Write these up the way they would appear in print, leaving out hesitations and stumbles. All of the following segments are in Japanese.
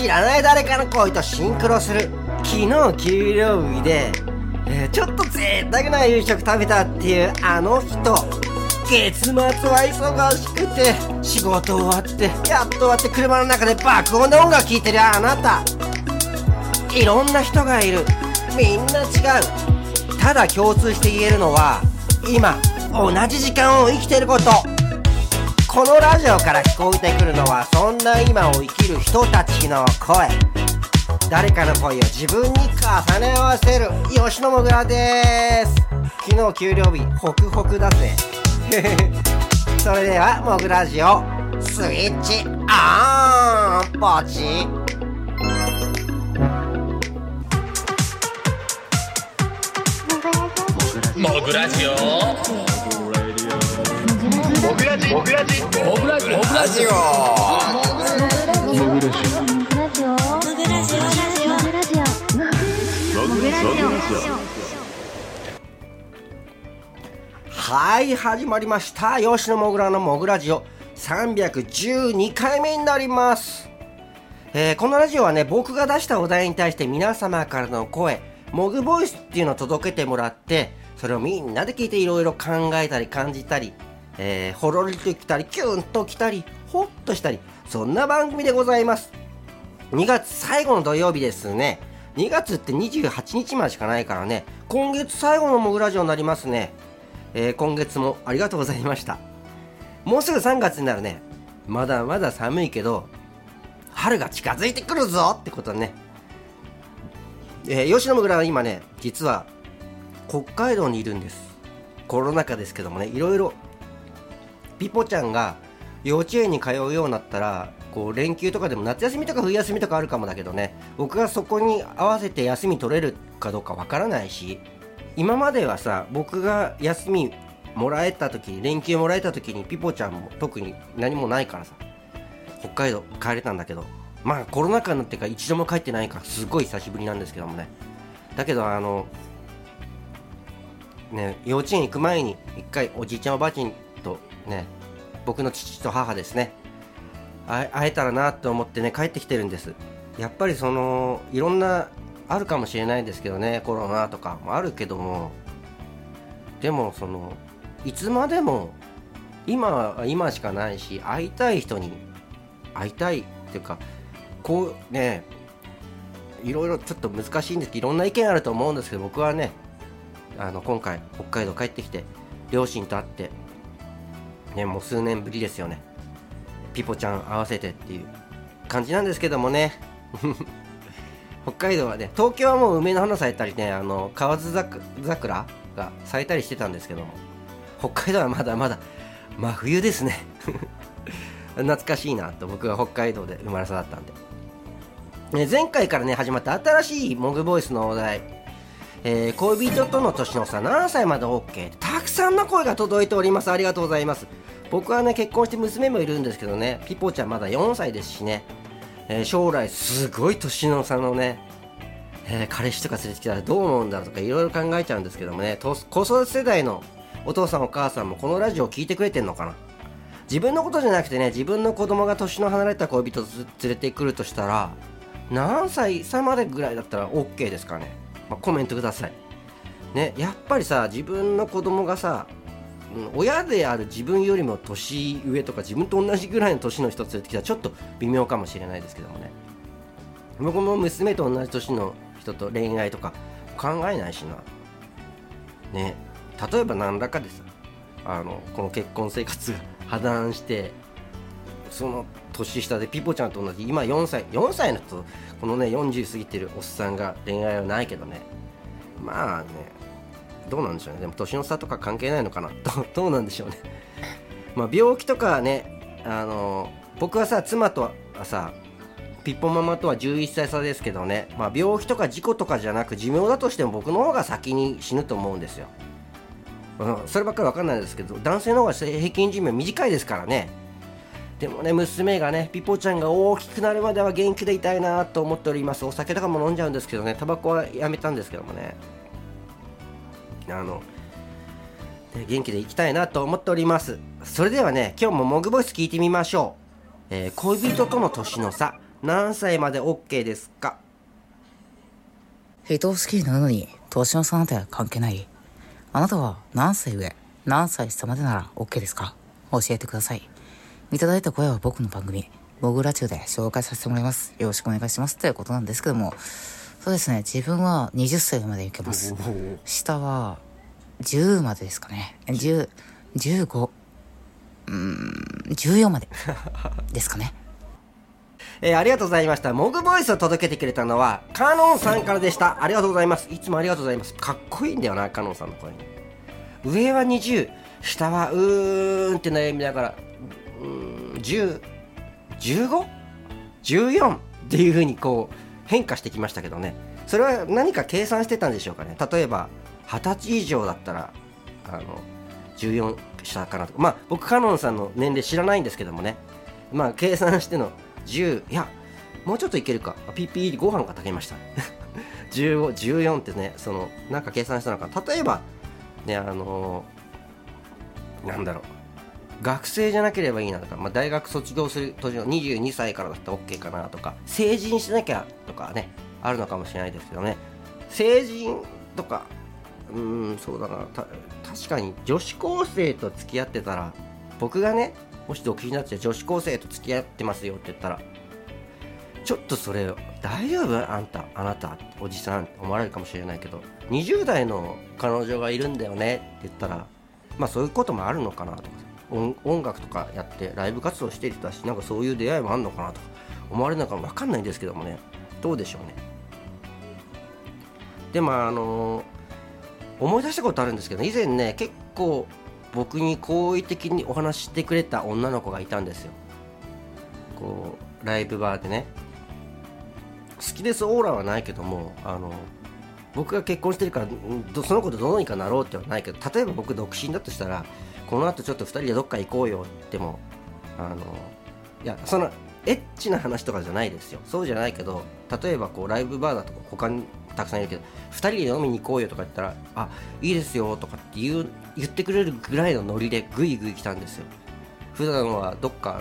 知らない誰かの声とシンクロする。昨日給料日で、ちょっと贅沢な夕食食べたっていうあの人。月末は忙しくて仕事終わってやっと終わって車の中で爆音で音楽聴いてるあなた。いろんな人がいる。みんな違う。ただ共通して言えるのは今同じ時間を生きてること。このラジオから聞こえてくるのはそんな今を生きる人たちの声。誰かの声を自分に重ね合わせる吉野もぐらです。昨日給料日ホクホクだぜそれではもぐラジオスイッチオンポチ。 もぐラジオもぐラジオもぐラジオもぐラジオもぐラジオはい、始まりました。吉野もぐらのもぐラジオ312回目になります。このラジオはね、僕が出したお題に対して皆様からの声、もぐボイスっていうのを届けてもらって、それをみんなで聞いていろいろ考えたり感じたり、ほろりときたりキュンときたりホッとしたり、そんな番組でございます。2月最後の土曜日ですね。2月って28日までしかないからね、今月最後のもぐラジオになりますね。今月もありがとうございました。もうすぐ3月になるね。まだまだ寒いけど春が近づいてくるぞってことね。吉野もぐらは今ね、実は北海道にいるんです。コロナ禍ですけどもね、いろいろピポちゃんが幼稚園に通うようになったら、こう連休とかでも夏休みとか冬休みとかあるかもだけどね、僕がそこに合わせて休み取れるかどうかわからないし、今まではさ、僕が休みもらえた時に、連休もらえた時にピポちゃんも特に何もないからさ、北海道帰れたんだけど、まあコロナ禍になってから一度も帰ってないからすごい久しぶりなんですけどもね。だけどね、幼稚園行く前に一回おじいちゃんおばあちゃんとね、僕の父と母ですね、会えたらなと思ってね、帰ってきてるんです。やっぱりいろんなあるかもしれないですけどね、コロナとかもあるけども、でもいつまでも今は今しかないし、会いたい人に会いたいっていうか、こうね、いろいろちょっと難しいんですけど、いろんな意見あると思うんですけど、僕はね、今回北海道帰ってきて両親と会ってね、もう数年ぶりですよね。ピポちゃん合わせてっていう感じなんですけどもね北海道はね、東京はもう梅の花咲いたりね、河津桜が咲いたりしてたんですけども、北海道はまだまだ真冬ですね懐かしいなと。僕は北海道で生まれ育ったんで、前回からね始まった新しいモグボイスのお題、恋人との年の差何歳まで OK、 たくさんの声が届いております。ありがとうございます。僕はね、結婚して娘もいるんですけどね、ピポちゃんまだ4歳ですしね、将来すごい年の差のね、彼氏とか連れてきたらどう思うんだろうとかいろいろ考えちゃうんですけどもね、子育て世代のお父さんお母さんもこのラジオを聞いてくれてんのかな。自分のことじゃなくてね、自分の子供が年の離れた恋人と連れてくるとしたら何歳差までぐらいだったら OK ですかね。コメントくださいね。やっぱりさ、自分の子供がさ、親である自分よりも年上とか自分と同じぐらいの年の人連れてきたらちょっと微妙かもしれないですけどもね。僕も娘と同じ年の人と恋愛とか考えないしなね。例えば何らかでさ、この結婚生活が破談して、その年下でピポちゃんと同じ今4歳の人、このね40過ぎてるおっさんが恋愛はないけどね、まあね、どうなんでしょうね。でも年の差とか関係ないのかなどうなんでしょうねまあ病気とかね、僕はさ、妻とはさ、ピッポママとは11歳差ですけどね、まあ病気とか事故とかじゃなく寿命だとしても僕の方が先に死ぬと思うんですよ。そればっかり分かんないですけど、男性の方が平均寿命短いですからね。でもね、娘がね、ピポちゃんが大きくなるまでは元気でいたいなと思っております。お酒とかも飲んじゃうんですけどね、タバコはやめたんですけどもね、元気でいきたいなと思っております。それではね、今日もモグボイス聞いてみましょう。恋人との年の差何歳まで OK ですか？ 人を好きになるのに年の差なんて関係ない。あなたは何歳上何歳下までなら OK ですか？教えてください。いただいた声は僕の番組モグラチュで紹介させてもらいます。よろしくお願いしますということなんですけども、そうですね、自分は20歳までいけます。下は10までですかね。10、15、14までですかね。 ありがとうございました。モグボイスを届けてくれたのはカノンさんからでした。ありがとうございます。いつもありがとうございます。かっこいいんだよな、カノンさんの声。上は20、下はって悩みながら10、15、14っていう風にこう変化してきましたけどね。それは何か計算してたんでしょうかね。例えば20歳以上だったら14下かなとか、まあ僕カノンさんの年齢知らないんですけどもね、まあ計算しての10、いやもうちょっといけるか、ピッピーご飯が炊けました15、14ってね、そのなんか計算したのか。例えばね、なんだろう、学生じゃなければいいなとか、まあ、大学卒業する年の22歳からだったら OK かなとか、成人しなきゃとかね、あるのかもしれないですけどね。成人とかそうだな、確かに女子高生と付き合ってたら、僕がねもし独身になって女子高生と付き合ってますよって言ったら、ちょっとそれ大丈夫あなたおじさんって思われるかもしれないけど、20代の彼女がいるんだよねって言ったら、まあそういうこともあるのかなとか、音楽とかやってライブ活動してる人だし、なんかそういう出会いもあるのかなとか思われるのか分かんないんですけどもね、どうでしょうね。でも思い出したことあるんですけど、以前ね結構僕に好意的にお話してくれた女の子がいたんですよ。こうライブバーでね、好きですオーラはないけども、僕が結婚してるからその子とどうにかなろうってはないけど、例えば僕独身だとしたら、この後ちょっと2人でどっか行こうよっても、いやそのエッチな話とかじゃないですよ。そうじゃないけど、例えばこうライブバーだとか他にたくさんいるけど、2人で飲みに行こうよとか言ったら、あ、いいですよとかって言ってくれるぐらいのノリでグイグイ来たんですよ。普段はどっか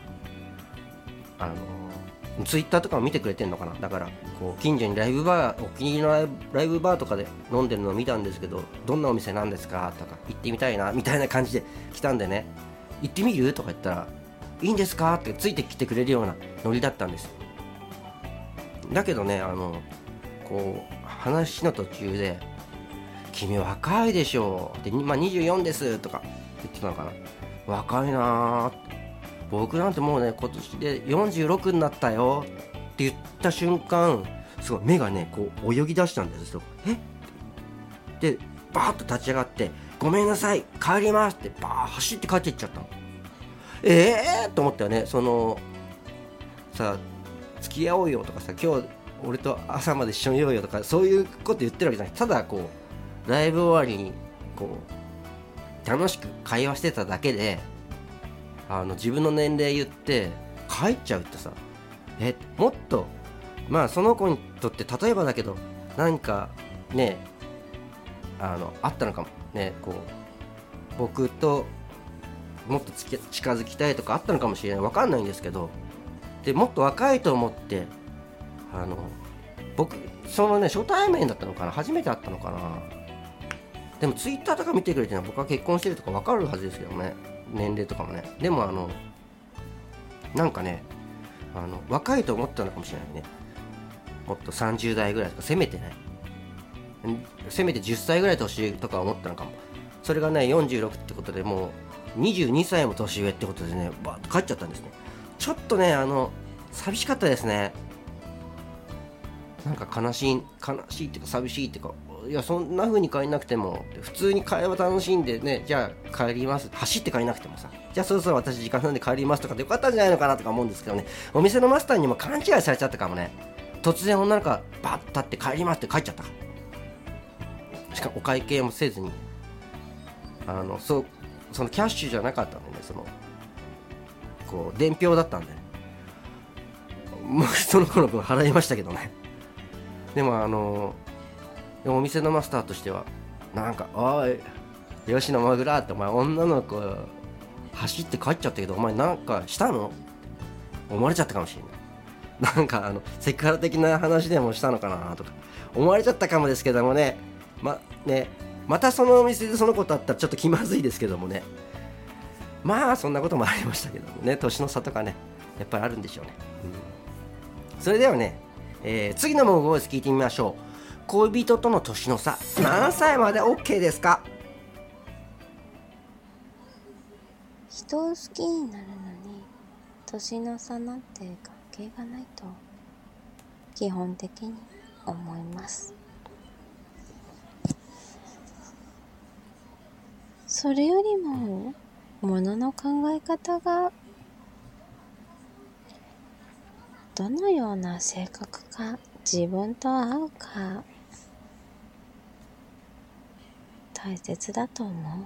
ツイッターとかも見てくれてんのかな。だからこう近所にライブバー、お気に入りのライブバーとかで飲んでるのを見たんですけど、どんなお店なんですかとか、行ってみたいなみたいな感じで来たんでね、行ってみるとか言ったら、いいんですかってついてきてくれるようなノリだったんです。だけどね、こう話の途中で、君若いでしょで、24ですとか言ってたのかな。若いなー、僕なんてもうね今年で46になったよって言った瞬間、すごい目がねこう泳ぎ出したんですよ。でバーッと立ち上がって、ごめんなさい帰りますってバーッ走って帰っていっちゃったの。と思ったよね。そのさ、付き合おうよとかさ、今日俺と朝まで一緒にいようよとか、そういうこと言ってるわけじゃない。ただこうライブ終わりにこう楽しく会話してただけで、自分の年齢言って帰っちゃうってさ、もっとまあその子にとって例えばだけど、何かねあったのかもね、こう僕ともっと近づきたいとかあったのかもしれない、分かんないんですけど、でもっと若いと思って、僕そのね初対面だったのかな、初めて会ったのかな。でもツイッターとか見てくれてるのは、僕は結婚してるとか分かるはずですけどね、年齢とかもね。でもなんかね若いと思ったのかもしれないね。もっと30代ぐらいとか、せめて10歳ぐらい年上とか思ったのかも。それがね46ってことで、もう22歳も年上ってことでね、バーッと帰っちゃったんですね。ちょっとね寂しかったですね。なんか悲しいっていうか寂しいっていうか、いやそんな風に帰んなくても、普通に会話楽しんでね、じゃあ帰ります、走って帰んなくてもさ、じゃあそろそろ私時間なんで帰りますとかでよかったんじゃないのかなとか思うんですけどね。お店のマスターにも勘違いされちゃったかもね。突然女の子がバッと立って帰りますって帰っちゃった。しかもお会計もせずに、そのキャッシュじゃなかったんでね、こう伝票だったんで、もうその子の分払いましたけどね。でもお店のマスターとしては、なんかおい吉野マグラって、お前女の子走って帰っちゃったけど、お前なんかしたの思われちゃったかもしれない。 なんかセクハラ的な話でもしたのかなとか思われちゃったかもですけどもね、またそのお店でそのことあったらちょっと気まずいですけどもね、まあそんなこともありましたけどもね、年の差とかねやっぱりあるんでしょうね、それではね、次のモグボイス聞いてみましょう。恋人との年の差何歳まで OK ですか？ 人を好きになるのに年の差なんて関係がないと基本的に思います。それよりも物の考え方がどのような性格が自分と合うか大切だと思う。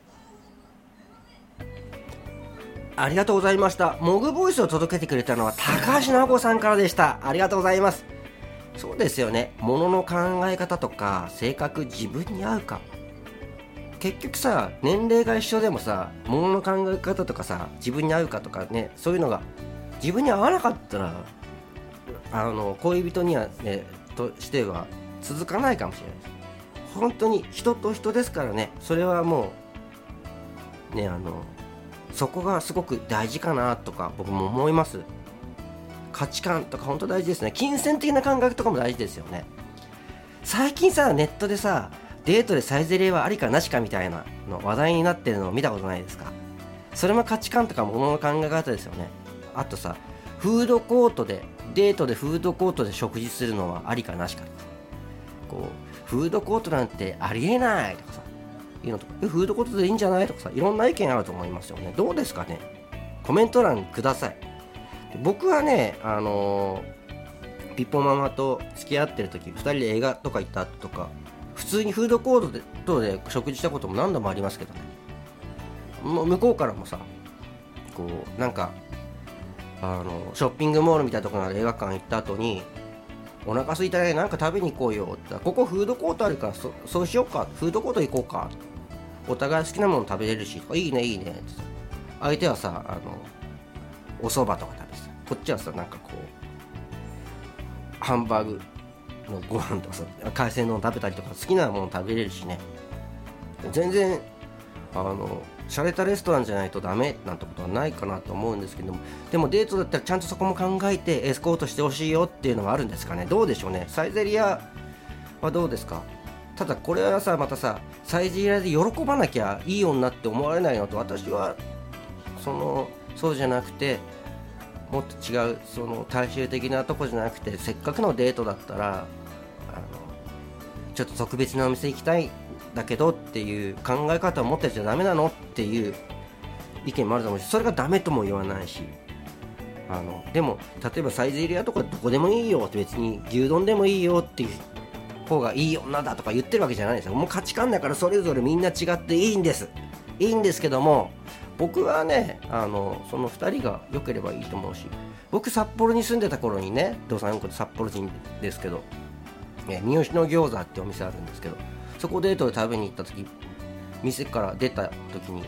ありがとうございました。モグボイスを届けてくれたのは高橋直子さんからでした。ありがとうございます。そうですよね、物の考え方とか性格、自分に合うか、結局さ、年齢が一緒でもさ、物の考え方とかさ、自分に合うかとかね、そういうのが自分に合わなかったら恋人にはねとしては続かないかもしれないです。本当に人と人ですからね、それはもうねそこがすごく大事かなとか僕も思います。価値観とか本当大事ですね。金銭的な感覚とかも大事ですよね。最近さ、ネットでさ、デートでサイゼリヤはありかなしかみたいなの話題になってるのを見たことないですか？それも価値観とか物の考え方ですよね。あとさ、フードコートでデートでフードコートで食事するのはありかなしかとか、こうフードコートなんてありえないとかさいうのとか、フードコートでいいんじゃないとかさ、いろんな意見あると思いますよね。どうですかね、コメント欄ください。僕はねピッポママと付き合ってる時、2人で映画とか行った後とか普通にフードコートで食事したことも何度もありますけどね、もう向こうからもさ、こうなんかショッピングモールみたいなところの映画館行った後に、お腹空いたらなんか食べに行こうよって、ここフードコートあるからそうしようか、フードコート行こうか、お互い好きなもの食べれるし、いいねいいねってさ、相手はさお蕎麦とか食べてさ、こっちはさなんかこうハンバーグのご飯とかさ、海鮮丼食べたりとか好きなもの食べれるしね、全然洒落たレストランじゃないとダメなんてことはないかなと思うんですけども、でもデートだったらちゃんとそこも考えてエスコートしてほしいよっていうのがあるんですかね。どうでしょうね。サイゼリヤはどうですか？ただこれはさ、またさ、サイゼリヤで喜ばなきゃいい女って思われないのと、私はそうじゃなくて、もっと違う大衆的なとこじゃなくて、せっかくのデートだったらちょっと特別なお店行きたいだけどっていう考え方を持ってちゃダメなのっていう意見もあると思うし、それがダメとも言わないし、でも例えばサイゼリヤとかどこでもいいよって、別に牛丼でもいいよっていう方がいい女だとか言ってるわけじゃないですよ。もう価値観だから、それぞれみんな違っていいんですけども、僕はねその2人が良ければいいと思うし、僕札幌に住んでた頃にね、どさんこで札幌人ですけど、三好の餃子ってお店あるんですけど、そこデートで食べに行った時、店から出た時に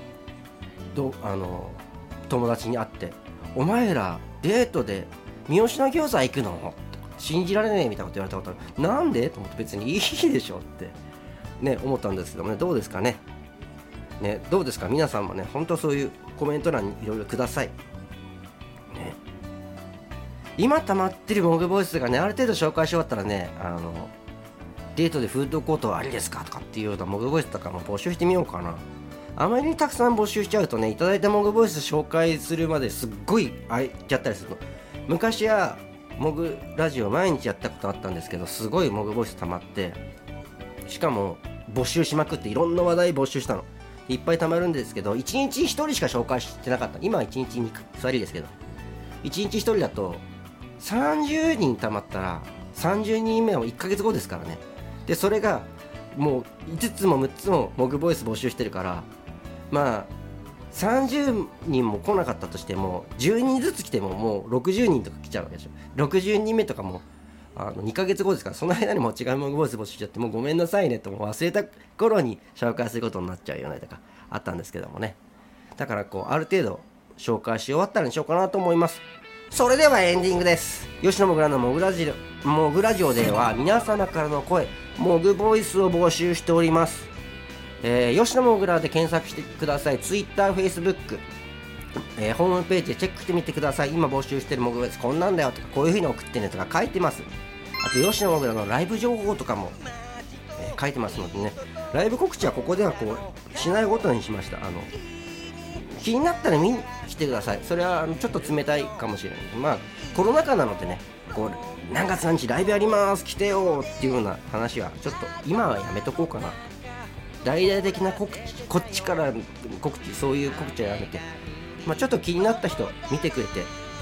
友達に会って、お前らデートで三好の餃子行くの？信じられねえみたいなこと言われたことある。なんでと思って、別にいいでしょってね思ったんですけどもね。どうですかね。どうですか皆さんもね、本当そういうコメント欄にいろいろくださいね。今溜まってるモグボイスがね、ある程度紹介し終わったらね、デートでフードコートはありですかとかっていうようなモグボイスとかも募集してみようかな。あまりにたくさん募集しちゃうとね、いただいたモグボイス紹介するまですっごい空いちゃったりするの。昔はモグラジオ毎日やったことあったんですけど、すごいモグボイス溜まって、しかも募集しまくって、いろんな話題募集したの。いっぱい溜まるんですけど、1日1人しか紹介してなかった。今は1日2人ですけど、1日1人だと30人溜まったら30人目は1ヶ月後ですからね。でそれがもう5つも6つもモグボイス募集してるから、まあ30人も来なかったとしても10人ずつ来てももう60人とか来ちゃうわけでしょ。60人目とかも2ヶ月後ですから、その間にも違うモグボイス募集しちゃって、もうごめんなさいねとも忘れた頃に紹介することになっちゃうよねとかあったんですけどもね。だからこうある程度紹介し終わったらにしようかなと思います。 それではエンディングです。吉野もぐらのもぐラジオでは皆様からの声、もぐボイスを募集しております。吉野もぐらで検索してください。 Twitter、Facebook、ホームページでチェックしてみてください。今募集してるもぐボイスこんなんだよとか、こういう風に送ってねとか書いてます。あと吉野もぐらのライブ情報とかも、書いてますのでね、ライブ告知はここではこうしないことにしました。気になったら見に来てください。それはちょっと冷たいかもしれない。まあコロナ禍なのでね、こう何月何日ライブやります来てよっていうような話はちょっと今はやめとこうかな。大々的な告知、こっちから告知、そういう告知はやめて、まあ、ちょっと気になった人見てくれて、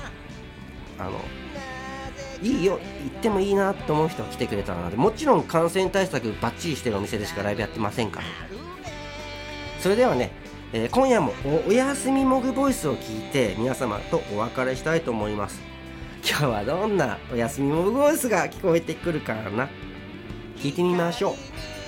いいよ行ってもいいなと思う人は来てくれたらな。でもちろん感染対策バッチリしてるお店でしかライブやってませんから。それではね、今夜もおやすみもぐボイスを聞いて皆様とお別れしたいと思います。今日はどんなおやすみもぐボイスが聞こえてくるかな、聞いてみましょ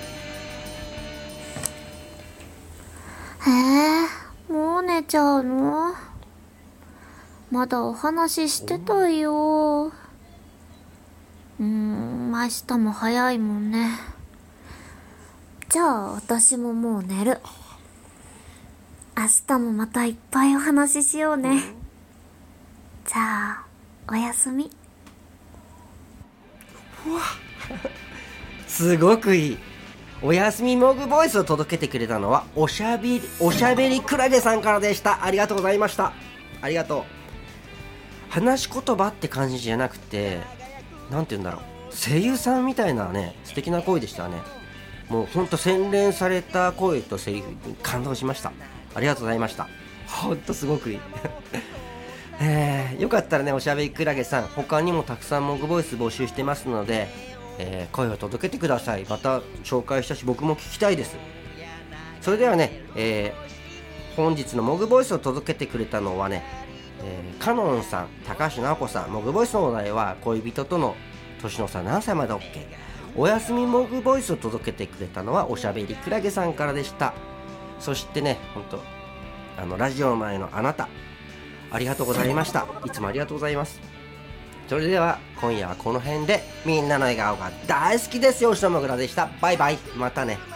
う。もう寝ちゃうの？まだお話ししてたよ。明日も早いもんね。じゃあ私ももう寝る。明日もまたいっぱいお話ししようね。じゃあおやすみ。 すごくいいおやすみもぐボイスを届けてくれたのはおしゃべりクラゲさんからでした。ありがとうございました。ありがとう。話し言葉って感じじゃなくて、なんて言うんだろう、声優さんみたいなね、素敵な声でしたね。もうほんと洗練された声とセリフに感動しました。ありがとうございました。ほんとすごくいいよかったらね、おしゃべりクラゲさん、他にもたくさんモグボイス募集してますので、声を届けてください。また紹介したし僕も聞きたいです。それではね、本日のモグボイスを届けてくれたのはね、カノンさん、高橋直子さん。モグボイスのお題は恋人との年の差何歳まで OK。 おやすみモグボイスを届けてくれたのはおしゃべりクラゲさんからでした。そしてね、ほんとラジオの前のあなた、ありがとうございました。いつもありがとうございます。それでは今夜はこの辺で、みんなの笑顔が大好きですよ、吉野もぐらでした。バイバイ、またね。